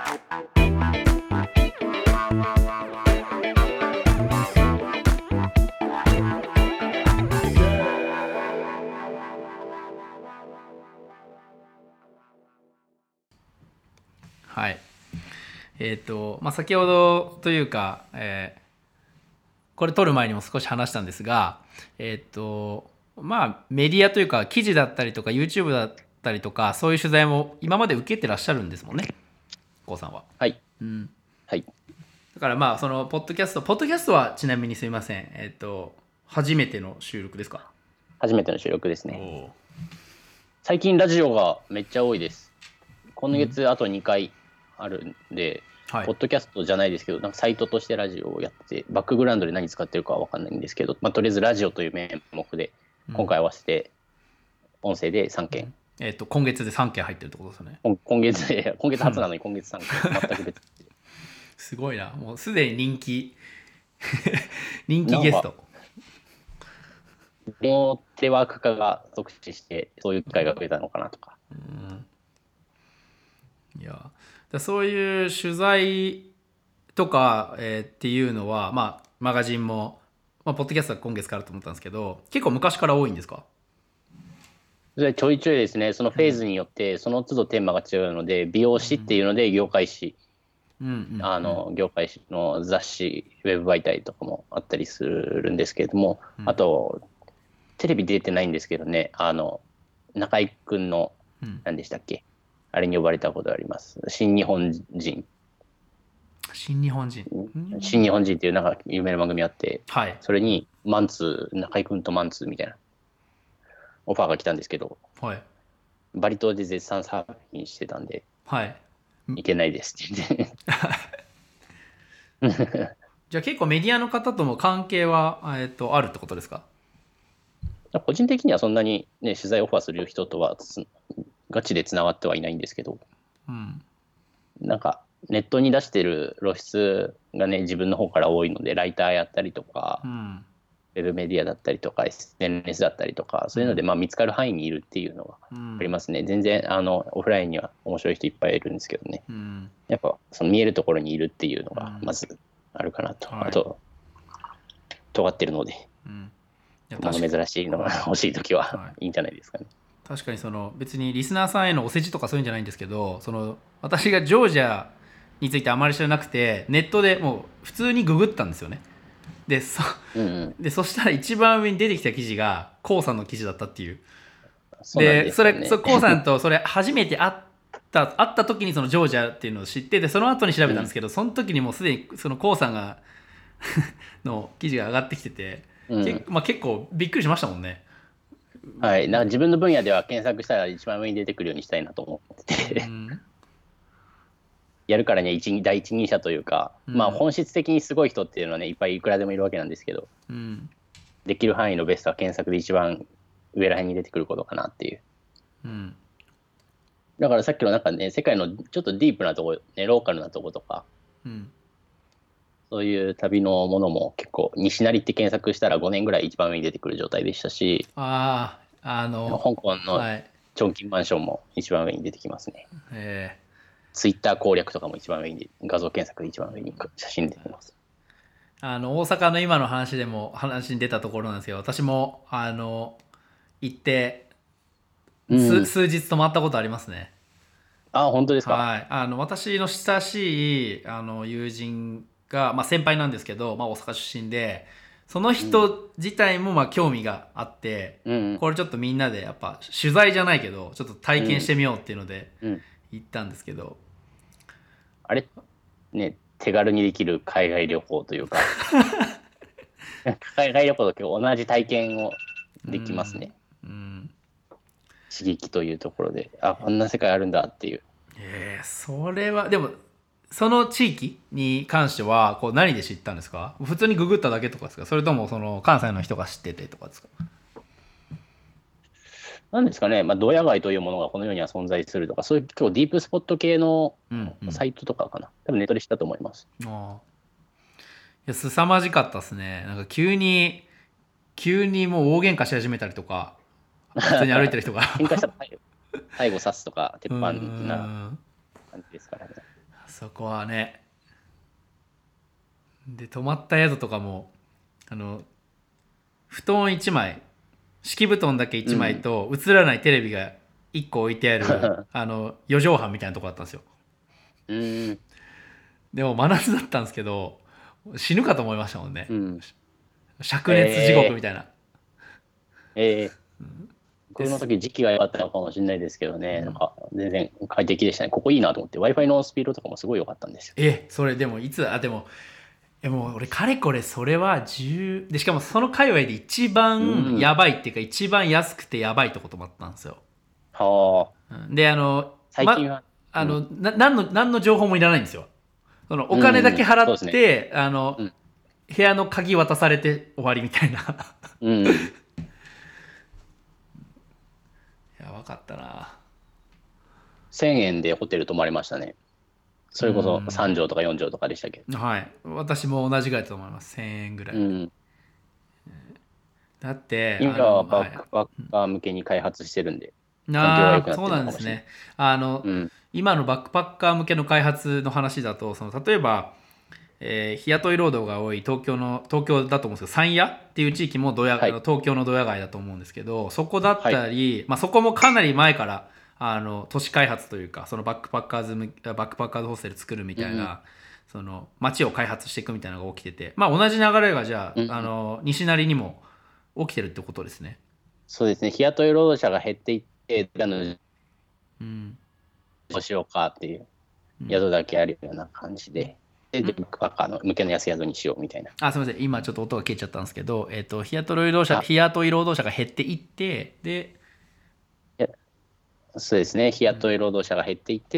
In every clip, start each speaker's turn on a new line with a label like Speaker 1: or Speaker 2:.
Speaker 1: はい。先ほどというか、これ撮る前にも少し話したんですが、メディアというか記事だったりとか YouTube だったりとかそういう取材も今まで受けてらっしゃるんですもんね、こうさんは。
Speaker 2: はい。
Speaker 1: うん。
Speaker 2: はい。
Speaker 1: だからそのポッドキャストはちなみにすいません、初めての収録ですか？
Speaker 2: 初めての収録ですね。
Speaker 1: おー。
Speaker 2: 最近ラジオがめっちゃ多いです。今月あと2回あるんで、
Speaker 1: はい。
Speaker 2: ポッドキャストじゃないですけど、なんかサイトとしてラジオをやってて、バックグラウンドで何使ってるかは分かんないんですけど、とりあえずラジオという名目で、今回合わせて音声で3件。
Speaker 1: 今月で3件入ってるってことですよね。
Speaker 2: 今月初なのに今月3件。全く別。
Speaker 1: すごいな。もうすでに人気ゲスト。
Speaker 2: もうテレワーク化が促進して、そういう機会が増えたのかなとか。
Speaker 1: いや、そういう取材とか、っていうのは、マガジンも、ポッドキャストは今月からと思ったんですけど、結構昔から多いんですか？
Speaker 2: それちょいちょいですね、そのフェーズによって、その都度テーマが違うので、美容師っていうので、業界誌、業界誌の雑誌、ウェブ媒体とかもあったりするんですけれども、あと、テレビ出てないんですけどね、中居君の、何でしたっけ、あれに呼ばれたことあります。新日本人。
Speaker 1: 新日本人。
Speaker 2: 新日本人っていうなんか有名な番組あって、
Speaker 1: はい。
Speaker 2: それに中居君とマンツーみたいなオファーが来たんですけど、
Speaker 1: はい。
Speaker 2: バリ島で絶賛サーフィンしてたんで、
Speaker 1: はい。
Speaker 2: いけないですって言って。
Speaker 1: じゃあ結構メディアの方とも関係は、あるってことですか？
Speaker 2: 個人的にはそんなに、ね、取材オファーする人とはガチでつながってはいないんですけど、なんかネットに出してる露出がね、自分の方から多いので、ライターやったりとか、ウェブメディアだったりとか、SNS だったりとか、そういうので見つかる範囲にいるっていうのはありますね。全然オフラインには面白い人いっぱいいるんですけどね。やっぱその見えるところにいるっていうのがまずあるかなと。あと、尖ってるので。物珍しいのが欲しいときはいいんじゃないですかね。
Speaker 1: 確かに別にリスナーさんへのお世辞とかそういうんじゃないんですけど、私がジョージアについてあまり知らなくてネットでもう普通にググったんですよね。でそしたら一番上に出てきた記事がコウさんの記事だったっていう。でコウさんとそれ初めて会った時にそのジョージアっていうのを知ってて、その後に調べたんですけど、その時にもうすでにそのコウさんがの記事が上がってきてて、結構びっくりしましたもんね。
Speaker 2: はい、なんか自分の分野では検索したら一番上に出てくるようにしたいなと思ってて、やるからには第一人者というか、本質的にすごい人っていうのはね、いっぱいいくらでもいるわけなんですけど、できる範囲のベストは検索で一番上ら辺に出てくることかなっていう。だからさっきのなんかね、世界のちょっとディープなところ、ね、ローカルなところとか、そういう旅のものも結構、西成って検索したら5年ぐらい一番上に出てくる状態でしたし、香港のチョンキンマンションも一番上に出てきますね。ツイッター攻略とかも一番上に、画像検索で一番上に写真出てます。
Speaker 1: 大阪の今の話でも話に出たところなんですけど、私も行って数日泊まったことありますね。
Speaker 2: 本当ですか？
Speaker 1: はい。私の親しい友人が、先輩なんですけど、大阪出身で、その人自体も興味があって、これちょっとみんなでやっぱ取材じゃないけどちょっと体験してみようっていうので行ったんですけど、
Speaker 2: あれね、手軽にできる海外旅行というか海外旅行と結構同じ体験をできますね。刺激というところで、こんな世界あるんだっていう。
Speaker 1: それはでもその地域に関してはこう何で知ったんですか？普通にググっただけとかですか？それともその関西の人が知っててとかですか？
Speaker 2: なんですかね、ドヤ街というものがこの世には存在するとか、そういう結構ディープスポット系のサイトとかかな。多分ネットで知ったと思います。
Speaker 1: いや、凄まじかったですね。なんか急にもう大喧嘩し始めたりとか、普通に歩いてる人が
Speaker 2: 喧嘩したら最後刺すとか鉄板な感じですからね。
Speaker 1: そこはね。で泊まった宿とかも布団1枚、敷布団だけ1枚と映らないテレビが1個置いてある4畳半みたいなとこだったんですよ。
Speaker 2: うん。
Speaker 1: でも真夏だったんですけど死ぬかと思いましたもんね。
Speaker 2: うん。
Speaker 1: 灼熱地獄みたいな。
Speaker 2: 僕の時時期が良かったのかもしれないですけどね、なんか全然快適でしたね。ここいいなと思って、Wi-Fi のスピードとかもすごい良かったんですよ。
Speaker 1: それでもでももう俺かれこれそれは10で、しかもその界隈で一
Speaker 2: う
Speaker 1: 番
Speaker 2: ん。
Speaker 1: やばいっていうか一番安くてやばいとこ泊まったんですよ。
Speaker 2: はあ。
Speaker 1: でま
Speaker 2: 最近は、うん。
Speaker 1: 何の情報もいらないんですよ。そのお
Speaker 2: うん。
Speaker 1: 金だけ払
Speaker 2: そうですね。
Speaker 1: って
Speaker 2: うん。
Speaker 1: 部屋の鍵渡されて終わりみたいな。
Speaker 2: うん。
Speaker 1: やばかったな。
Speaker 2: 1000円でホテル泊まれましたね。そ
Speaker 1: う
Speaker 2: れこそ
Speaker 1: ん。
Speaker 2: 3畳とか4畳とかでしたけど。
Speaker 1: はい私も同じぐらいだと思います。1000円ぐらい
Speaker 2: うん。
Speaker 1: だって。
Speaker 2: 今はバッ
Speaker 1: はい。
Speaker 2: クパッカー向けに開発してるんで、環境が良くなっ
Speaker 1: そう
Speaker 2: てるのかもしれない。
Speaker 1: なんですね。
Speaker 2: うん。
Speaker 1: 今のバックパッカー向けの開発の話だと例えば、日雇い労働が多い東京だと思うんですけど、山谷っていう地域も
Speaker 2: はい。
Speaker 1: 東京のドヤ街だと思うんですけど、そこだっ
Speaker 2: はい。
Speaker 1: たり、そこもかなり前から都市開発というか、そのバックパッカーズホステル作るみ
Speaker 2: うん。
Speaker 1: たいな、その街を開発していくみたいなのが起きてて、同じ流れがじゃあ、
Speaker 2: うん。
Speaker 1: 西成にも起きてるってことですね。
Speaker 2: そうですね。日雇い労働者が減っていって、
Speaker 1: うん。
Speaker 2: どうしようかっていう
Speaker 1: うん。
Speaker 2: 宿だけあるような感じで、で、バックパッカーの向けの安宿にしようみたいな。
Speaker 1: すみません。今ちょっと音が消えちゃったんですけど、
Speaker 2: あ、
Speaker 1: 日雇い労働者が減っていって、で、
Speaker 2: いやそうですね。日雇い労働者が減っていって、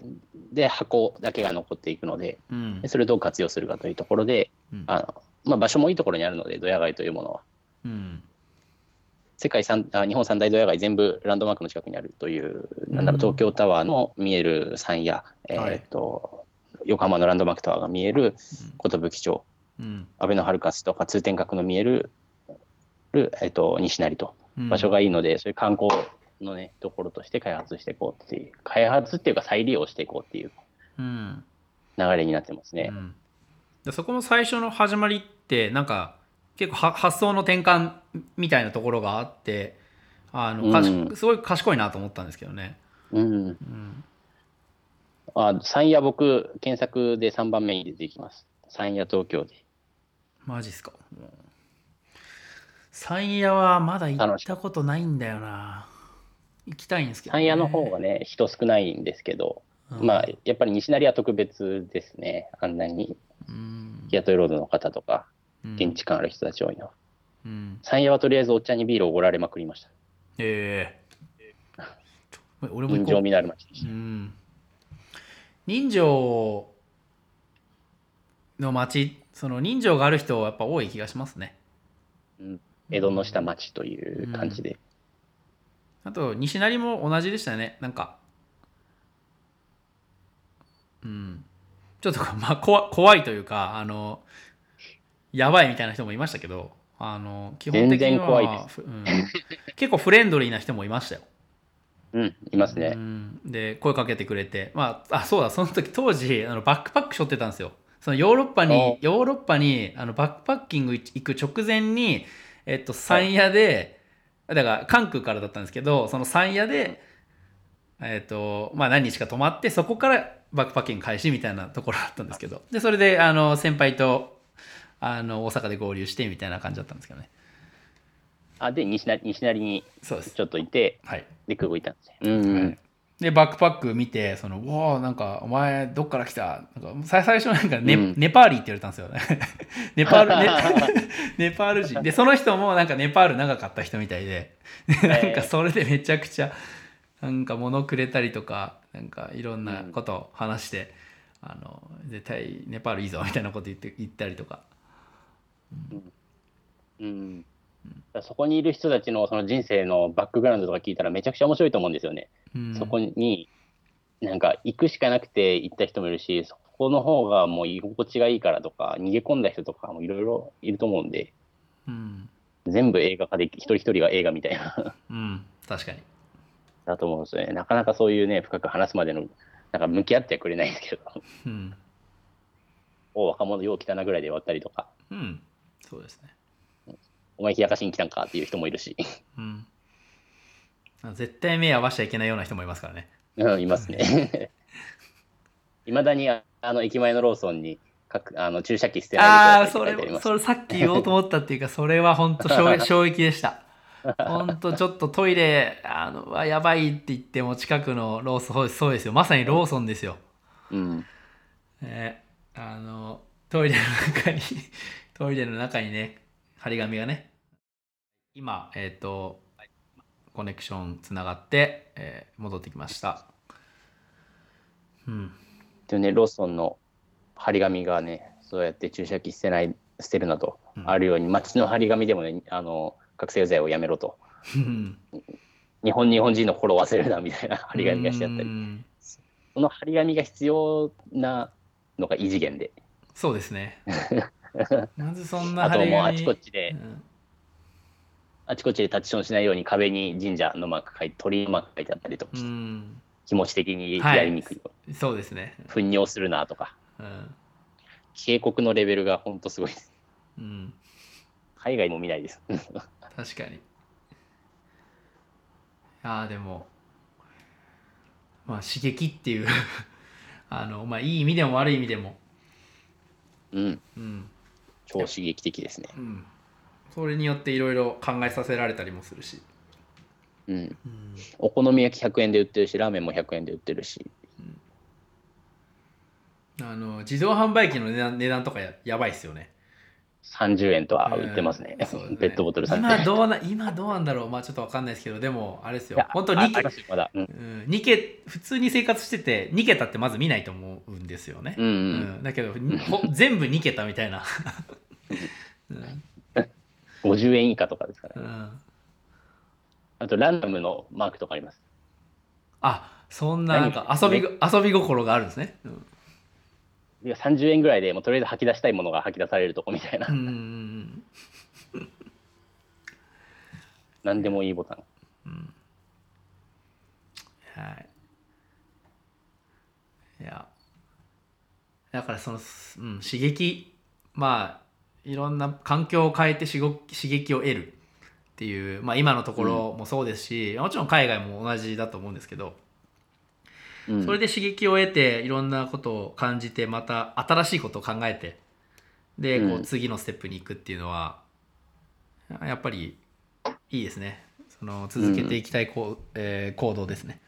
Speaker 2: で、箱だけが残っていくので、
Speaker 1: うん。
Speaker 2: それをどう活用するかというところで、
Speaker 1: うん。
Speaker 2: 場所もいいところにあるので、ドヤ街というものは。
Speaker 1: うん。
Speaker 2: 日本三大ドヤ街全部ランドマークの近くにあるという、
Speaker 1: う
Speaker 2: なんだろう、東
Speaker 1: ん。
Speaker 2: 京タワーの見える山や、
Speaker 1: はい。
Speaker 2: 横浜のランドマークタワーが見える
Speaker 1: うん。
Speaker 2: 寿町、
Speaker 1: うん。
Speaker 2: アベノハルカスとか通天閣の見える、西成と場所
Speaker 1: うん。
Speaker 2: がいいので、そういう観光のね、ところとして開発していこうっていう、開発っていうか再利用していこうっていう
Speaker 1: うん。
Speaker 2: 流れになってますね。
Speaker 1: うん。でそこの最初の始まりってなんか結構発想の転換みたいなところがあって、
Speaker 2: うん、
Speaker 1: すごい賢いなと思ったんですけどね。
Speaker 2: うん。
Speaker 1: うん。
Speaker 2: 山谷僕、検索で3番目に出てきます。山谷東京で。
Speaker 1: マジっすか。山谷はまだ行っ
Speaker 2: 楽しかった。
Speaker 1: たことないんだよな。行きたいんですけど
Speaker 2: 山谷の方
Speaker 1: ね。
Speaker 2: がね、人少ないんですけど、
Speaker 1: うん。
Speaker 2: やっぱり西成は特別ですね。あんなに
Speaker 1: うん。
Speaker 2: 日雇い労働の方とか、
Speaker 1: うん。
Speaker 2: 現地感ある人たち多いのは。
Speaker 1: うん。
Speaker 2: 山谷はとりあえずお茶にビールをおごられまくりました。
Speaker 1: え俺も行こ
Speaker 2: 人情味のある街で
Speaker 1: う。う
Speaker 2: した。
Speaker 1: ん。人情の街、その人情がある人はやっぱ多い気がしますね。
Speaker 2: うん、江戸の下町とい
Speaker 1: うん。
Speaker 2: う感じで。
Speaker 1: あと西成も同じでしたね。なんか、うん、ちょっと怖いというかやばいみたいな人もいましたけど、基本的に
Speaker 2: 全然怖いです。
Speaker 1: は結構フレンドリーな人もいましたよ。
Speaker 2: うん、います
Speaker 1: う
Speaker 2: ね。
Speaker 1: ん。で声かけてくれて、そうだ、その時当時バックパック背負ってたんですよ。その
Speaker 2: あ
Speaker 1: ヨーロッパにバックパッキング行く直前に
Speaker 2: はい。
Speaker 1: 山谷で、だから関空からだったんですけど、その山谷
Speaker 2: うん、
Speaker 1: で何日か泊まって、そこからバックパッキング開始みたいなところだったんですけど、でそれで先輩と大阪で合流してみたいな感じだったんですけどね。
Speaker 2: で、西成に
Speaker 1: そうです。
Speaker 2: ちょっといて、
Speaker 1: はい。
Speaker 2: で、空港行ったんですね。うん。
Speaker 1: はい。でバックパック見て、うわーなんかお前どっから来た、なんか最初なんか
Speaker 2: うん。
Speaker 1: ネパーリーって言われたんですよね。ネパールねネパール人で、その人もなんかネパール長かった人みたいで、なんか
Speaker 2: え
Speaker 1: それでめちゃくちゃなんか物くれたりとか、なんかいろん
Speaker 2: うん。
Speaker 1: なことを話して、絶対ネパールいいぞみたいなこと言ったりとか。
Speaker 2: うん。うん。そこにいる人たちのその人生のバックグラウンドとか聞いたらめちゃくちゃ面白いと思うんですよね。そ
Speaker 1: うん。
Speaker 2: こになんか行くしかなくて行った人もいるし、そこの方がもう居心地がいいからとか、逃げ込んだ人とかもいろいろいると思うんで、
Speaker 1: うん。
Speaker 2: 全部映画化で一人一人が映画みたいな
Speaker 1: うん。確かに。
Speaker 2: だと思うんですよね。なかなかそういうね、深く話すまでのなんか向き合ってはくれないんですけど、
Speaker 1: うん、
Speaker 2: お若者よう来たなぐらいで終わったりとか、
Speaker 1: うん、そうですね。
Speaker 2: お前冷やかしに来たんかっていう人もいるし、
Speaker 1: うん、絶対目合わしちゃいけないような人もいますからね。
Speaker 2: うん、いますね。いまだに駅前のローソンに注射器捨てないでくだ
Speaker 1: ああ、
Speaker 2: さいって書いてあります。
Speaker 1: それさっき言おうと思ったっていうか、それは本当衝撃でした。本当ちょっとトイレ、やばいって言っても近くのローソン、そうですよ。まさにローソンですよ。
Speaker 2: うん。
Speaker 1: ね、トイレの中にトイレの中にね、張り紙がね、今、コネクションつながって、戻ってきました。うん。
Speaker 2: でね、ローソンの張り紙がね、そうやって注射器捨てるなと、あるように、街の張り紙でもね、覚醒剤をやめろと。日本人の心を忘れるなみたいな張り紙がしてあったり、その張り紙が必要なのが異次元で。
Speaker 1: そうですね。まずそんな
Speaker 2: あともう
Speaker 1: 張り紙、
Speaker 2: あちこちで、あちこちでタッチションしないように壁に神社のマーク書いて、鳥のマーク書いてあったりとかして、気持ち的にやりにくい。
Speaker 1: そうですね。
Speaker 2: 糞尿するなとか、警告のレベルが本当すごいです。海外も見ないです。
Speaker 1: 確かに。でも、まあ刺激っていうまあいい意味でも悪い意味でも、
Speaker 2: 超刺激的ですね。
Speaker 1: それによっていろいろ考えさせられたりもするし、
Speaker 2: お好み焼き100円で売ってるし、ラーメンも100円で売ってるし、
Speaker 1: 自動販売機の値段とかやばいっすよね。
Speaker 2: 30円とは売ってますね。ペットボトル30円。
Speaker 1: 今どうなんだろう、まあちょっと分かんないですけど、でもあれですよ、本当に普通に生活してて2桁ってまず見ないと思うんですよね。だけど全部2桁みたいな
Speaker 2: 50円以下とかですからね。あとランダムのマークとかあります。
Speaker 1: そんななんか遊び心があるんですね。
Speaker 2: いや30円ぐらいでもうとりあえず吐き出したいものが吐き出されるとこみたいな。何でもいいボタン。
Speaker 1: はい。いや、だからその、刺激、まあいろんな環境を変えて刺激を得るっていう、まあ今のところもそうですし、もちろん海外も同じだと思うんですけど、それで刺激を得ていろんなことを感じて、また新しいことを考えて、でこう次のステップに行くっていうのはやっぱりいいですね。その続けていきたい行動ですね。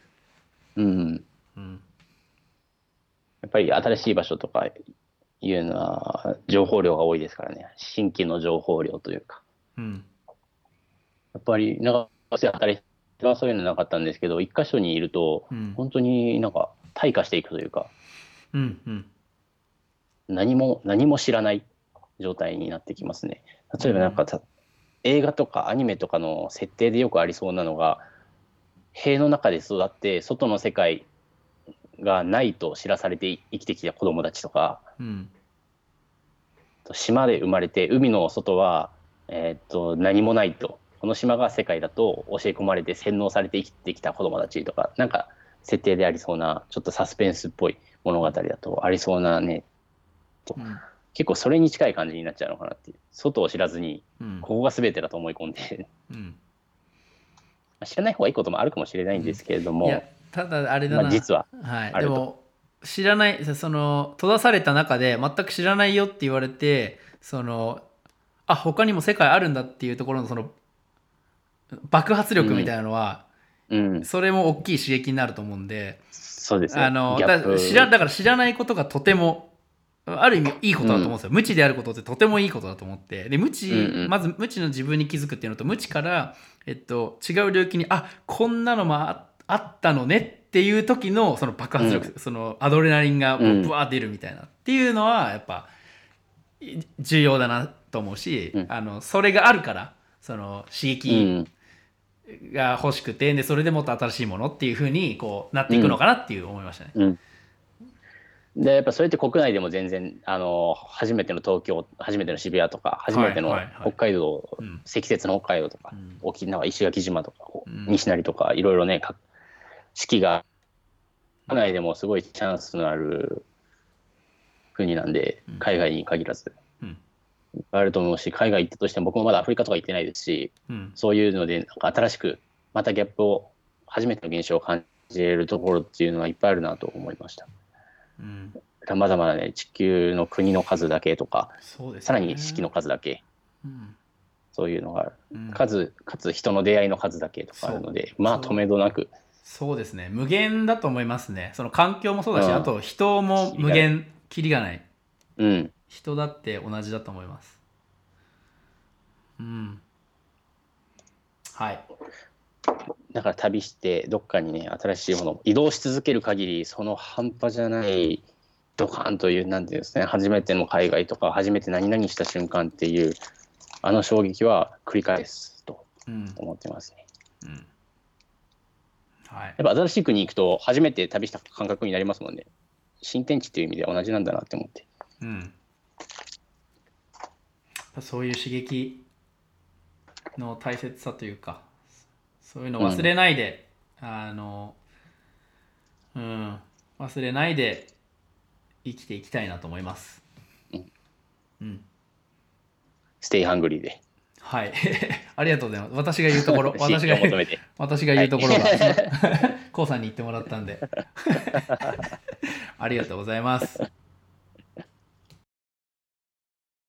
Speaker 2: やっぱり新しい場所とかいうのは情報量が多いですからね。新規の情報量というか。やっぱり長瀬働いてはそういうのなかったんですけど、一箇所にいると本当になんか退化していくというか、何も知らない状態になってきますね。例えばなんか映画とかアニメとかの設定でよくありそうなのが、塀の中で育って外の世界がないと知らされて生きてきた子供たちとか、島で生まれて海の外は、何もないと、この島が世界だと教え込まれて洗脳されて生きてきた子供たちとか、なんか設定でありそうなちょっとサスペンスっぽい物語だとありそうなね、結構それに近い感じになっちゃうのかなっていう。外を知らずにここが全てだと思い込んで、知らない方がいいこともあるかもしれないんですけれども、
Speaker 1: ただあれだな、
Speaker 2: 実は
Speaker 1: でも知らない、その閉ざされた中で全く知らないよって言われて、その他にも世界あるんだっていうところのその爆発力みたいなのは、それも大きい刺激になると思うんで、
Speaker 2: そうですね。
Speaker 1: だから知らないことがとてもある意味いいことだと思うんですよ。無知であることってとてもいいことだと思って、でまず無知の自分に気づくっていうのと、無知から、違う領域にこんなのもあったのねっていう時のその爆発力、そのアドレナリンがブワー出るみたいなっていうのはやっぱ重要だなと思うし、それがあるからその刺激が欲しくて、でそれでもっと新しいものっていう風にこうなっていくのかなっていう思いましたね。
Speaker 2: でやっぱそれって国内でも全然初めての東京、初めての渋谷とか、初めての北海道、積雪の北海道とか、沖縄石垣島とか、西成とかいろいろね四季が内でもすごいチャンスのある国なんで、海外に限らず、いっぱいあると思うし、海外行ったとしても僕もまだアフリカとか行ってないですし、そういうのでなんか新しくまたギャップを、初めての現象を感じれるところっていうのはいっぱいあるなと思いました。まだまだね、地球の国の数だけとか、
Speaker 1: そうですね、
Speaker 2: さらに四季の数だけ、そういうのがある、かつ人の出会いの数だけとかあるので、まあ止めどなく。
Speaker 1: そうですね、無限だと思いますね。その環境もそうだし、あと人も無限、キリがない。人だって同じだと思います。はい。
Speaker 2: だから旅してどっかにね、新しいもの移動し続ける限り、その半端じゃないドカンという、なんていうんですね、初めての海外とか初めて何々した瞬間っていうあの衝撃は繰り返すと思ってますね。
Speaker 1: はい、
Speaker 2: やっぱ新しい国行くと初めて旅した感覚になりますもんね。新天地っていう意味では同じなんだなって思って。
Speaker 1: そういう刺激の大切さというか、そういうのを忘れないで、忘れないで生きていきたいなと思います。
Speaker 2: ステイハングリーで。
Speaker 1: はい。ありがとうございます。私が言うところ、私が
Speaker 2: 言
Speaker 1: うところが、コウさんに言ってもらったんで。ありがとうございます。